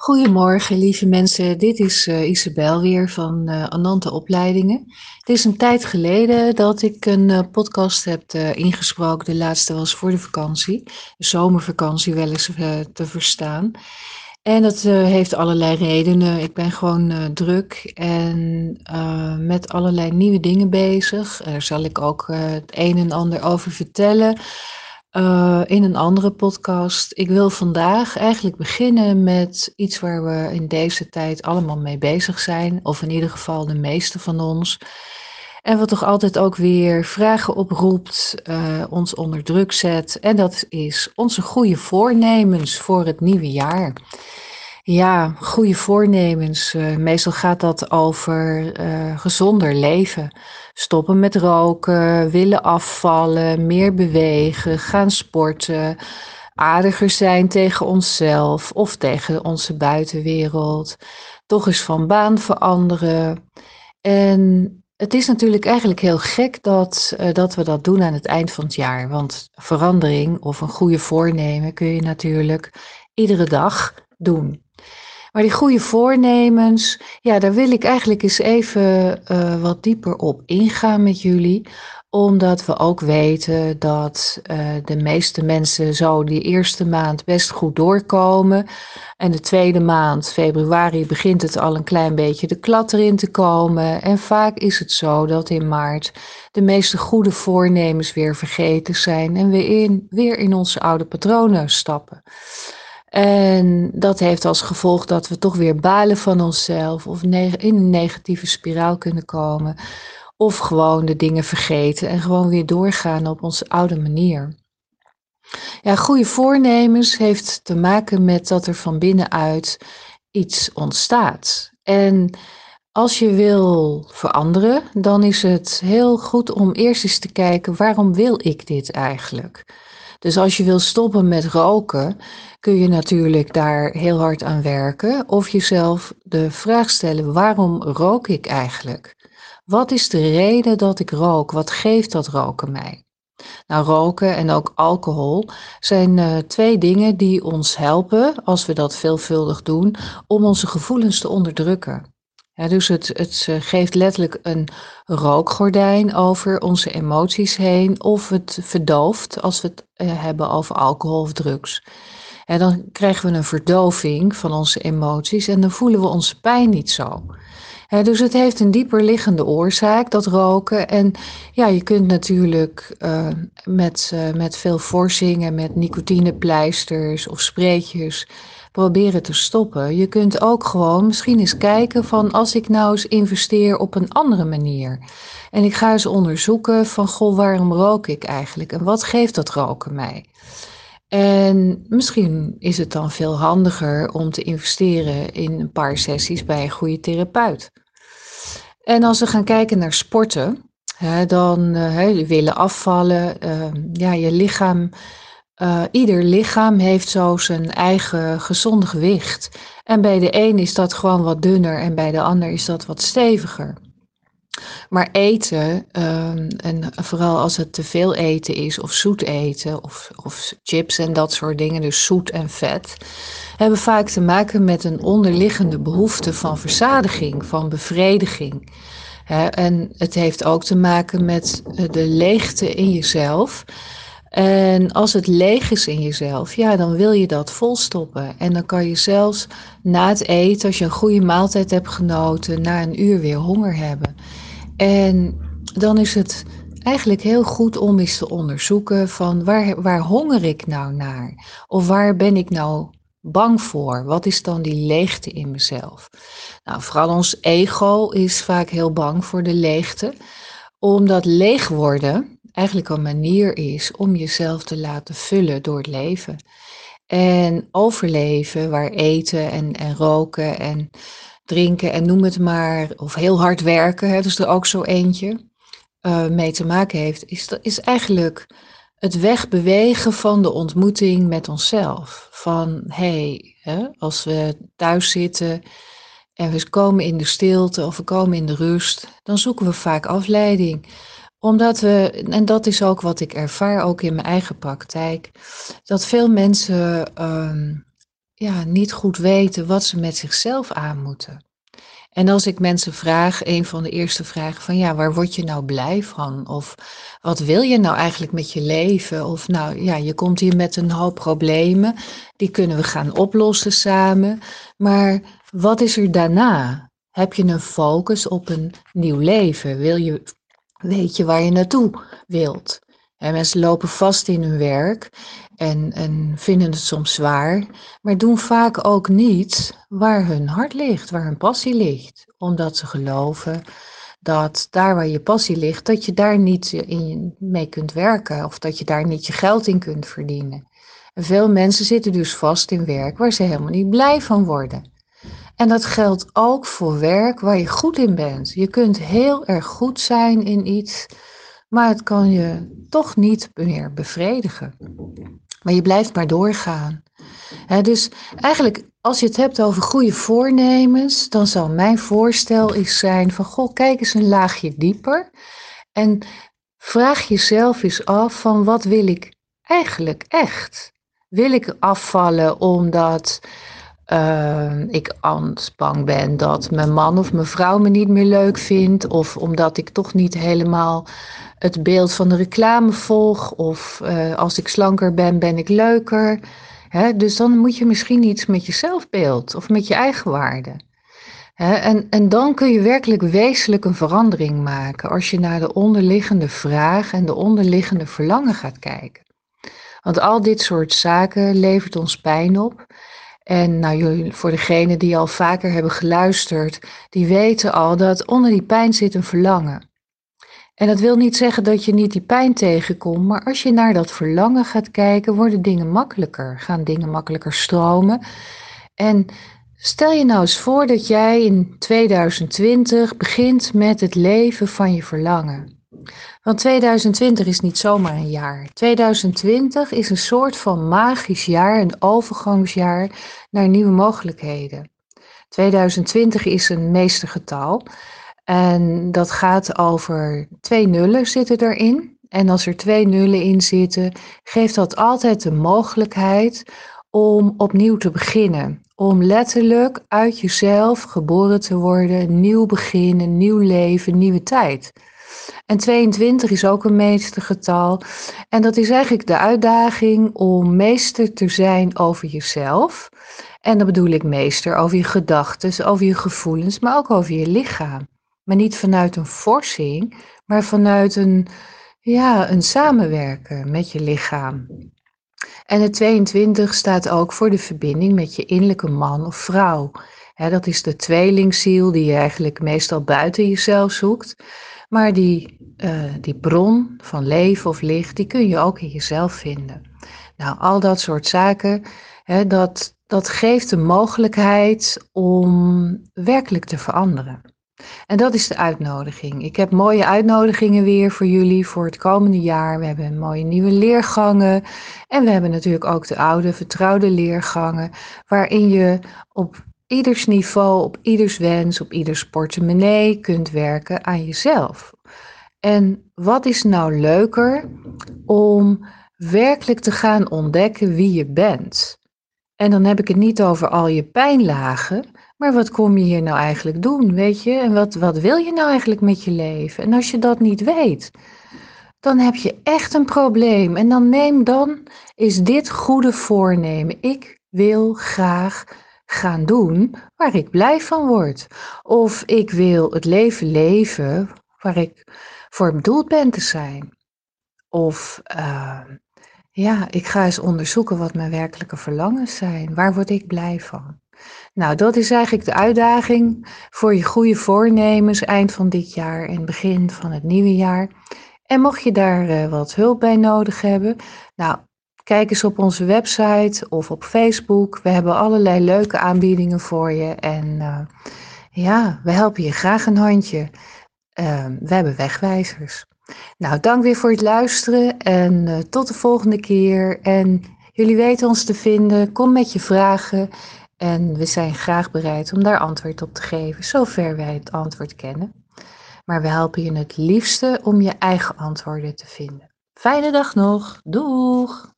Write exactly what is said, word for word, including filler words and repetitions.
Goedemorgen, lieve mensen. Dit is eh, Isabel weer van eh Ananta Opleidingen. Het is een tijd geleden dat ik een eh, podcast heb eh, ingesproken. De laatste was voor de vakantie, de zomervakantie wel eens eh, te verstaan. En dat eh, heeft allerlei redenen. Ik ben gewoon eh, druk en eh, met allerlei nieuwe dingen bezig. Daar zal ik ook eh, het een en ander over vertellen eh, in een andere podcast. Ik wil vandaag eigenlijk beginnen met iets waar we in deze tijd allemaal mee bezig zijn, of in ieder geval de meeste van ons. En wat toch altijd ook weer vragen oproept, eh, ons onder druk zet. En dat is onze goede voornemens voor het nieuwe jaar. Ja, goede voornemens. eh, meestal gaat dat over eh, gezonder leven. Stoppen met roken, willen afvallen, meer bewegen, gaan sporten, aardiger zijn tegen onszelf of tegen onze buitenwereld. Toch eens van baan veranderen. En het is natuurlijk eigenlijk heel gek dat, eh, dat we dat doen aan het eind van het jaar. Want verandering of een goede voornemen kun je natuurlijk iedere dag doen. Maar die goede voornemens, ja, daar wil ik eigenlijk eens even uh, wat dieper op ingaan met jullie. Omdat we ook weten dat uh, de meeste mensen zo die eerste maand best goed doorkomen. En de tweede maand, februari, begint het al een klein beetje de klad erin te komen. En vaak is het zo dat in maart de meeste goede voornemens weer vergeten zijn. En we in, weer in onze oude patronen stappen. En dat heeft als gevolg dat we toch weer balen van onszelf of in een negatieve spiraal kunnen komen. Of gewoon de dingen vergeten en gewoon weer doorgaan op onze oude manier. Ja, goede voornemens heeft te maken met dat er van binnenuit iets ontstaat. En als je wil veranderen, dan is het heel goed om eerst eens te kijken, waarom wil ik dit eigenlijk? Dus als je wil stoppen met roken, kun je natuurlijk daar heel hard aan werken. Of jezelf de vraag stellen, waarom rook ik eigenlijk? Wat is de reden dat ik rook? Wat geeft dat roken mij? Nou, roken en ook alcohol zijn uh, twee dingen die ons helpen, als we dat veelvuldig doen, om onze gevoelens te onderdrukken. Ja, dus het, het uh, geeft letterlijk een rookgordijn over onze emoties heen, of het verdooft als we het uh, hebben over alcohol of drugs. En dan krijgen we een verdoving van onze emoties en dan voelen we onze pijn niet zo. Hè, dus het heeft een dieper liggende oorzaak, dat roken. En ja, je kunt natuurlijk uh, met, uh, met veel forsing en met nicotinepleisters of spreetjes proberen te stoppen. Je kunt ook gewoon misschien eens kijken van, als ik nou eens investeer op een andere manier. En ik ga eens onderzoeken van, goh, waarom rook ik eigenlijk? En wat geeft dat roken mij? En misschien is het dan veel handiger om te investeren in een paar sessies bij een goede therapeut. En als we gaan kijken naar sporten, hè, dan uh, hè, we willen afvallen. Uh, ja, je lichaam, uh, ieder lichaam heeft zo zijn eigen gezonde gewicht. En bij de een is dat gewoon wat dunner en bij de ander is dat wat steviger. Maar eten, um, en vooral als het te veel eten is, of zoet eten, of, of chips en dat soort dingen, dus zoet en vet, hebben vaak te maken met een onderliggende behoefte van verzadiging, van bevrediging. Hè, en het heeft ook te maken met de leegte in jezelf. En als het leeg is in jezelf, ja, dan wil je dat volstoppen. En dan kan je zelfs na het eten, als je een goede maaltijd hebt genoten, na een uur weer honger hebben. En dan is het eigenlijk heel goed om eens te onderzoeken van, waar, waar honger ik nou naar? Of waar ben ik nou bang voor? Wat is dan die leegte in mezelf? Nou, vooral ons ego is vaak heel bang voor de leegte, omdat leeg worden eigenlijk een manier is om jezelf te laten vullen door het leven. En overleven, waar eten en, en roken en drinken en noem het maar, of heel hard werken, hè, dus er ook zo eentje, uh, mee te maken heeft, is, is eigenlijk het wegbewegen van de ontmoeting met onszelf. Van, hé, hey, als we thuis zitten en we komen in de stilte of we komen in de rust, dan zoeken we vaak afleiding. Omdat we, en dat is ook wat ik ervaar, ook in mijn eigen praktijk, dat veel mensen um, ja, niet goed weten wat ze met zichzelf aan moeten. En als ik mensen vraag, een van de eerste vragen van ja, waar word je nou blij van? Of wat wil je nou eigenlijk met je leven? Of nou ja, je komt hier met een hoop problemen, die kunnen we gaan oplossen samen. Maar wat is er daarna? Heb je een focus op een nieuw leven? Wil je, weet je waar je naartoe wilt? En mensen lopen vast in hun werk en, en vinden het soms zwaar, maar doen vaak ook niet waar hun hart ligt, waar hun passie ligt. Omdat ze geloven dat daar waar je passie ligt, dat je daar niet in mee kunt werken of dat je daar niet je geld in kunt verdienen. En veel mensen zitten dus vast in werk waar ze helemaal niet blij van worden. En dat geldt ook voor werk waar je goed in bent. Je kunt heel erg goed zijn in iets, maar het kan je toch niet meer bevredigen. Maar je blijft maar doorgaan. Hè, dus eigenlijk, als je het hebt over goede voornemens, dan zou mijn voorstel eens zijn van, goh, kijk eens een laagje dieper. En vraag jezelf eens af van, wat wil ik eigenlijk echt? Wil ik afvallen omdat uh, ik anders bang ben dat mijn man of mijn vrouw me niet meer leuk vindt? Of omdat ik toch niet helemaal het beeld van de reclame volg? Of uh, als ik slanker ben, ben ik leuker? Hè, dus dan moet je misschien iets met je zelfbeeld of met je eigen waarde. Hè, en, en dan kun je werkelijk wezenlijk een verandering maken als je naar de onderliggende vraag en de onderliggende verlangen gaat kijken. Want al dit soort zaken levert ons pijn op. En nou, jullie, voor degenen die al vaker hebben geluisterd, die weten al dat onder die pijn zit een verlangen. En dat wil niet zeggen dat je niet die pijn tegenkomt, maar als je naar dat verlangen gaat kijken, worden dingen makkelijker, gaan dingen makkelijker stromen. En stel je nou eens voor dat jij in tweeduizend twintig begint met het leven van je verlangen. Want tweeduizend twintig is niet zomaar een jaar. tweeduizend twintig is een soort van magisch jaar, een overgangsjaar naar nieuwe mogelijkheden. tweeduizend twintig is een meestergetal. En dat gaat over twee nullen zitten erin. En als er twee nullen in zitten, geeft dat altijd de mogelijkheid om opnieuw te beginnen. Om letterlijk uit jezelf geboren te worden, een nieuw begin, een nieuw leven, nieuwe tijd. En tweeëntwintig is ook een meestergetal. En dat is eigenlijk de uitdaging om meester te zijn over jezelf. En dan bedoel ik meester over je gedachten, over je gevoelens, maar ook over je lichaam. Maar niet vanuit een forsing, maar vanuit een, ja, een samenwerken met je lichaam. En het tweeëntwintig staat ook voor de verbinding met je innerlijke man of vrouw. He, dat is de tweelingziel die je eigenlijk meestal buiten jezelf zoekt. Maar die, uh, die bron van leven of licht, die kun je ook in jezelf vinden. Nou, al dat soort zaken, he, dat, dat geeft de mogelijkheid om werkelijk te veranderen. En dat is de uitnodiging. Ik heb mooie uitnodigingen weer voor jullie voor het komende jaar. We hebben mooie nieuwe leergangen. En we hebben natuurlijk ook de oude vertrouwde leergangen, waarin je op ieders niveau, op ieders wens, op ieders portemonnee kunt werken aan jezelf. En wat is nou leuker om werkelijk te gaan ontdekken wie je bent? En dan heb ik het niet over al je pijnlagen, maar wat kom je hier nou eigenlijk doen, weet je? En wat, wat wil je nou eigenlijk met je leven? En als je dat niet weet, dan heb je echt een probleem. En dan neem dan is dit goede voornemen. Ik wil graag gaan doen waar ik blij van word. Of ik wil het leven leven waar ik voor bedoeld ben te zijn. Of uh, ja, ik ga eens onderzoeken wat mijn werkelijke verlangens zijn. Waar word ik blij van? Nou, dat is eigenlijk de uitdaging voor je goede voornemens eind van dit jaar en begin van het nieuwe jaar. En mocht je daar uh, wat hulp bij nodig hebben, nou, kijk eens op onze website of op Facebook. We hebben allerlei leuke aanbiedingen voor je en uh, ja, we helpen je graag een handje. Uh, we hebben wegwijzers. Nou, dank weer voor het luisteren en uh, tot de volgende keer. En jullie weten ons te vinden. Kom met je vragen en we zijn graag bereid om daar antwoord op te geven, zover wij het antwoord kennen. Maar we helpen je het liefste om je eigen antwoorden te vinden. Fijne dag nog. Doeg!